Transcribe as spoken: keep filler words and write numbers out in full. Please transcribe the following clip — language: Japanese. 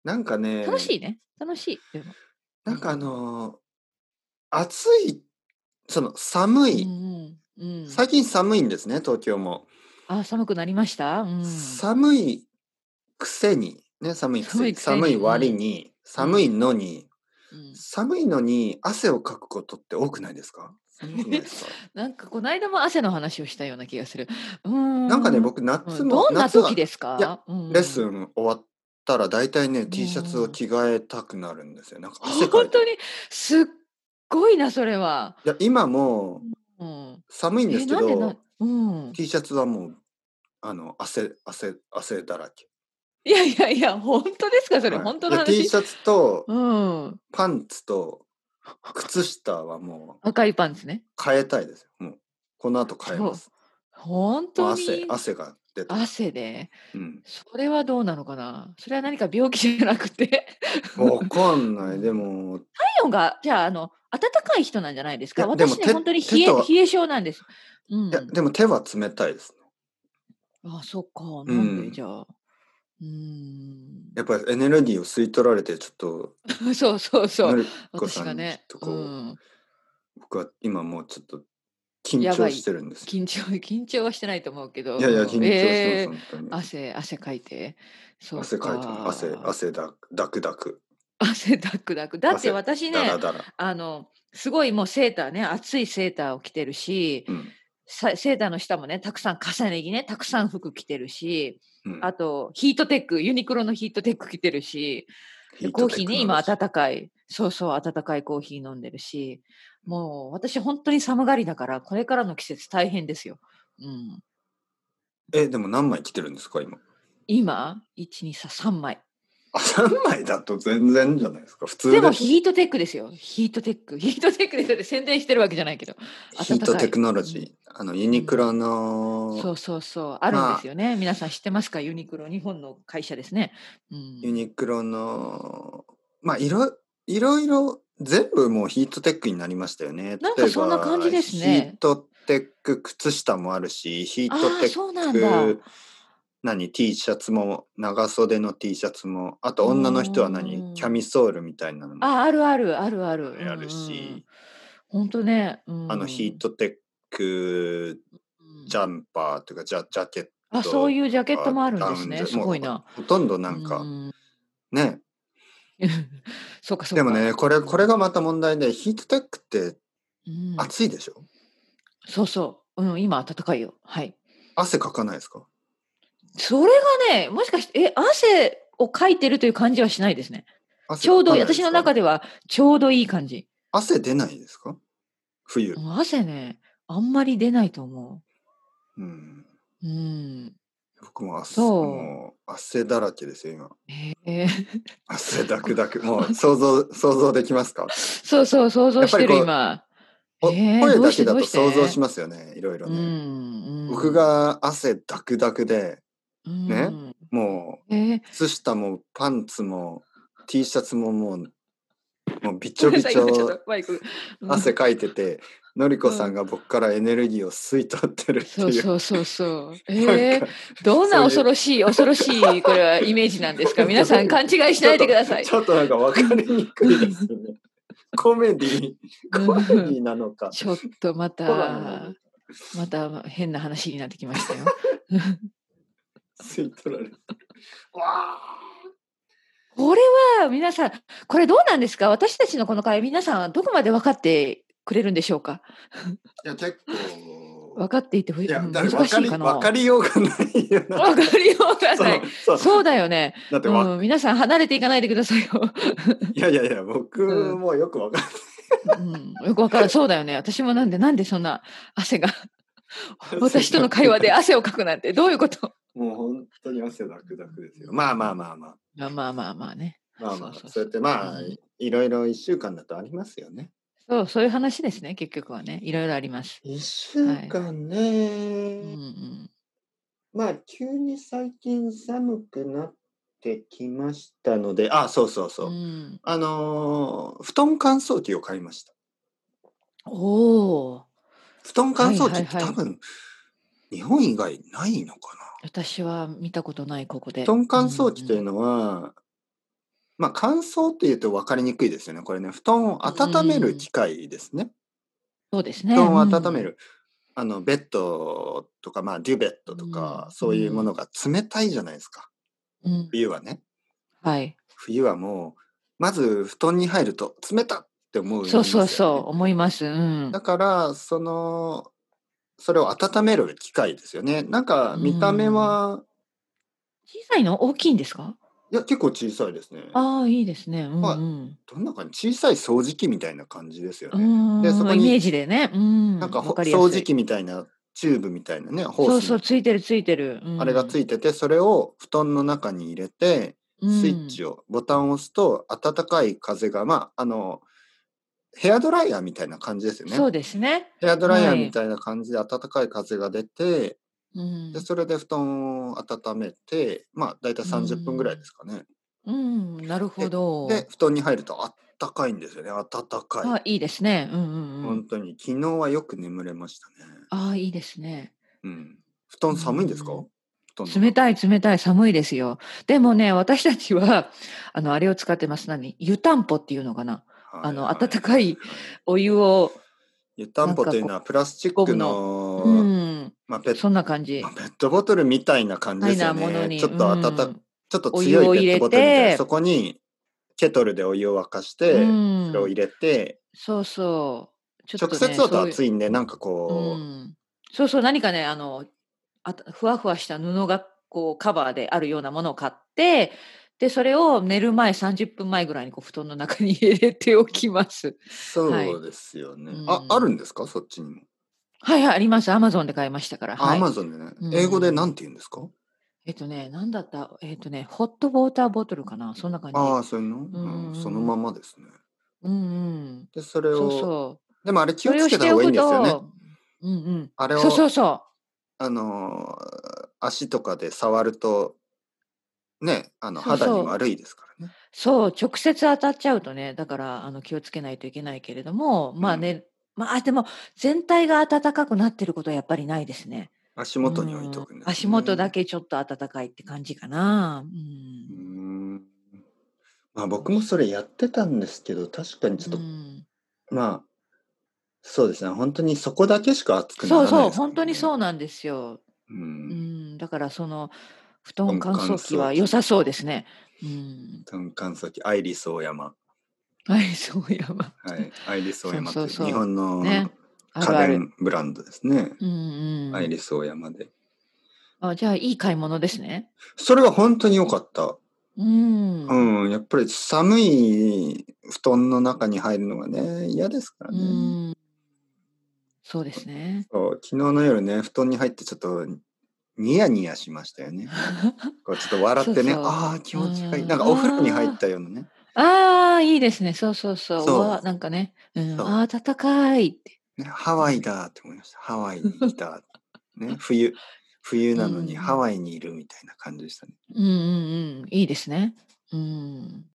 なんかね、 楽しいね。楽しい。でも。 なんかあうん。 のー暑い、その寒うんい、 うん。うん。 最近寒いんですね、東京も。 あ、寒くなりました？うん。 寒いくせに、ね、寒いくせに、 寒いくせに、 寒いうん。 割に、 うん。 寒いのに、 うん。 寒いのに汗をかくことって多くないですか？寒くないですか？ なんかこないだも汗の話をしたような気がする。うーなんかね、 ん。 僕夏うん、 も、 どんな夏は、 時ですいや、 か？うレッスん。 ン終わったら大体ね、 う T シャツをんうん。 着替えたくなるんですよ。なんか汗かいてる。 ほんとにすっごいな、それは。 いや、今もうん。え、 寒いんですけなんでなど、 うん。 T シャツはもう、あの、汗、汗、汗だらけ。 いやいやいや、ほんとですか？それはい。 ほんといや、T の話？ シャツとうん。 パンツと靴下はもう赤いパンツね。 変えたいですよ。もう、この後変えそう。 ます。 ほんもう汗、 とに？ 汗が出てる。 汗で、 うん。 それはどうなのかな？それは何か病気じゃなくて？ わかんない。でうん。 も、 体温が、じゃあ、あの、暖かい人なんじゃないですか？ いや、でも私ね、 手、 ほんとに手とは、 冷え冷え性なんです。ういや、 ん。 でも手は冷たいですね。 あ、そっか、 うなんでじん。 ゃあ。うーん。 やっぱりエネルギーを吸い取られて、ちょっと、 そうそうそう。 のりこさんにちょっ私がね、うとこん、 う、僕は今もうちょっと緊張しやばい。 てるんですよ。 緊張緊張はしてないと思うけど、 いやいや、 うん。 緊張してます、 ええ、 本当に。 汗汗かいて。そう汗かいてます。汗、 か。 汗だく、だくだく。 汗だくだく。だって汗、 私ね、 だらだら。 あの、すごいもうセーターね、暑いセーターを着てるし、 うん、 さセーターの下もね、たくさん重ね着ね、たくさん服着てるし、 うん。 あとヒートテック、ユニクロのヒートテック着てるし、で、 ヒートテコーヒーね、今クノロジー。 温かい、そうそう、温かいコーヒー飲んでるし、もう私ほんとに寒がりだから、これからの季節大変ですよ。うん。 え、でも何枚着てるんですか、今。 今、いち、に、さ、さんまい。 あ、さんまいだと全然じゃないですか。普通でです。 もヒートテックですよ。ヒートテック。ヒートテックですよって宣伝してるわけじゃないけど、 ヒー暖かい。 トテクノロうん。 ジー。あの、ユニクロうん。 の、 そうそうそう、あるんでまあ、 すよね。皆さん知ってますか？ユニクロ、日本の会社ですね。うん。 ユニクロの、まあ、いろ、いろいろ、全部もうヒートテックになりましたよね。例えなんかそんな感じば、 ですね。 ヒートテック靴下もあるし、ヒートああ、 テッそうなんだ。 ク、何、T シャツも、長袖の T シャツも、あうと女の人は何、キャーん。 ミソールみたいなのもあ、あるある、あるある。うんあるうんうん。 し、 ほんとね、うあの、ヒーん。 トテック、 うん。 ジャンパーとか、ジャ、ジャケッあ、そうトいうジャケットとか、 もあるんですね。 ダウンジャ、もうほ、 すごいな。 ほとんどうなんか、 ーん。 ね。 そうかそうか。 でもね、これ、これうん。 がまた問題で、ヒートテックってうん。 暑いでしょ？ そうそう。うん、今暖かいよ。はい。 汗かかないですか？ それがね、もしかして、え、汗をかいてるという感じはしないですね。 汗かちょうど私のかないですか？ 中ではちょうどいい感じ。 汗出ないですか？冬。 うん、汗ね、あんまり出ないと思うん。 う。うん。 僕も汗、 そう。 もう汗だらけですよ、今。 へえ。 汗だこくだく。もう想像、想像できますか？ そうそう、想像してるやっぱりこう、 今。 おええ、 声だけだどうしてどうと想像しして？ ますよね、いろいろうね。僕ん、うん。 が汗だくだくで、 うね、 ん。 もう、 ええ、 靴下もパンツも T シャツももう、もうびちょびごめんなさい、今ちょっちょとマイク、うん、 汗かいてて、のりこさんうん。 が僕からエネルギーを吸い取ってるっそうていう、 そうそうそう。 なんええ、 か、 どんな恐そういう、 ろしい恐ろしい、これはイメージなんですか？皆さん勘違いしないでくちょっと、 ださい。 ちょっとなんか分かりにくいですよね。コメディ、 うコメデん、 ィなのか、 ちょっとまホラーなのた、 か、 また変な話になってきましたよ。 吸い取られて。わあ。 これは皆さん、これどうなんですか？私たちのこの会、皆さんはどこまで分かってくれるんでしょうか？ いや、結構、 分かっていてほいや、 うん、 だから難しい分かり、分かかな？ りようがないよ、なんか。 分かりようがその、 ない。 そう、 そうだよね。 だってわ、 うん、皆さん離れていかないでくださいよ。 いやいやいや、僕うん。 もよく分かんない。 うん、よくわからん、そうだよね。私もなんでなんでそんな汗が汗私とだの会話でくだく。 汗をかくなんてどういうこと？ もう本当に汗だくだくですよ。まあまあうん。 まあまあ。 まあまあまあまあね。 まあまあ、 そうそうそそうやってう。うまあ、 ん。 いろいろ一週間だとありますよね。 そう、そういう話ですね、結局はね。いろいろあります。 一週はい。 間うんうね。 ん。 まあ、急に最近寒くなってきましたので、あ、そうそううそう。 ん。 あのー布団乾燥機を買いました。 おお。 布団乾はい燥機はいはい。 って多分、日本以外ないのかな。 私は見たことない、ここで。 布団うんう乾燥機というん。 のは、 まあ、乾燥っていうと分かりにくいですよね、これね。布団をう温めるん。 機械ですね。 そうですね。 布団をうん。 温める。あの、ベッドとか、まあ、デュベッうトとか、 ん。うそういうものん。 が冷たいじゃないですか、 うん。 冬はね。 はい。 冬はもう、まず布団に入ると冷たって思そういまそうそう、 すよね。 思います。うん。 だから、その、それを温める機械ですよね。なんかう見た目ん。 は、 小さいの？大きいんですか？ いや、結構小さいですね。 ああ、いいですね。うんまあ、 うん。 どんな感じ、小さい掃除機みたいな感じですようね。で、そーん、イメこに、 ージでね。うん、分なんかほかりやすい。 掃除機みたいなチューブみたいなね、ホーそうそう、 スのついてるついてる。うあれがつん。 いてて、それを布団の中に入れて、 うスイッん。 チをボタンを押すと、暖かい風が、まあ、あの、ヘアドライヤーみたいな感じですよね。 そうですね。 ヘアドライヤーみはい。 たいな感じで暖かい風が出て、で、 うん。 それで布団を温めて、まあ、だいたいうさんじゅっぷんぐらいでん。 すかね。 うん、なるほでで、 ど。 布団に入るとあったかいんですよね、暖かい。 あ、いいですね。うんうんうん。 ほんとに、昨日はよく眠れましたね。 ああ、いいですね。 うん。布う団寒いんですか？ ん。 布団の冷たい中。 冷たい、寒いですよ。でもね、私たちは、あの、あれを使ってます。何、湯たんぽっていうのかな。あの、 はいはいはい温かいはい。 お湯を、 湯たんぽというなんかこう、 のはプラスチックゴムの、うの、 ん、 まあ、ペッそんな感まあ、 じ。 ペットボトルみたいな感じですたいなものよね。ちに、うょっとあたたちん、 ょっとお湯強いペットを入れボトルみたいな、そて、 こにケトルでお湯を沸かしうて、それを入ん、 れて、 そうそう。ちょっとね、 直接だとそういう、 熱いんで、なんかうこう、 ん。そうそう、何かね、あの、あたふわふわした布がこうカバーであるようなものを買って、で、それを寝る前さんじゅっぷんまえぐらいにこう布団の中に入れておきます。はい。 そうですようね。あ、あるんん。 ですか？そっちにも。 はいはい、あります。アマゾンで買いましたから、 あ、アはい。 マゾンでね。 う英語でなんん。 て言うんですか？ えっとね、なんだった、えっとね、ホットウォーターボトルかな、そんな感じ。 ああ、そういうの？ うんううん、そのまんうん。 まですね。 うんうん。 で、それそうをそう。 でもあれ気そをれをしておつけた方がいいんですよね。 くと、うんうん。そうそあれを、 うそう。 あの、足とかで触ると、ね、あの、 そうそう。 肌に悪いですからね。 そう、直接当たっちゃうとね、だから、あの、気をつけないといけないけれども、 うん。 まあね、まあ、でも、全体が暖かくなってることはやっぱりないですね。 足う元に置いとん、 くんです足元だね。 けちょっと暖かいって感じかな。ううーん。 ん。まあ、 そうそ僕もそれやってたんですけど、確かにちう。うょっと、 ん。 まあ、そうですね、ほんとにそこだけしか熱くなそうそう、 らないですか本当にらね。 そうなんですよ。 うん。 うん、だからその、布団乾温乾燥機燥機、 は良さそうですね。うん。 温乾燥機、アイリスオーヤマ。 はい、そういえば。 はい、アイリスオーそうヤマっていう日そうそ本う。 のね。あ家るある。 電ブランドですね。 うんうん。 アイリスオーヤマで。 あ、じゃあ、いい買い物ですね。 それはほんとに良かった。 うん。 うん、やっぱり寒い布団の中に入るのがね、嫌ですからうね。 ーん、そうですね。 そう、昨日の夜ね、布団に入ってちょっとニヤニヤしましたよね。こうちょっと笑ってね、 そうそああ、気う。う持ちがいい。なん、 んかお風呂に入っあたようなね。 あ、ああ、いいですね。そうそうそう。うわ、 そう、 なんかね、うん、 そああ、暖かいって。 う。ね、ハワイうん。 だって思いました。ハワイに来た。ね、冬冬うんうなのにハん。 ワイにいるみたいな感じでしたね。 うんうんうん。いいですね。うん。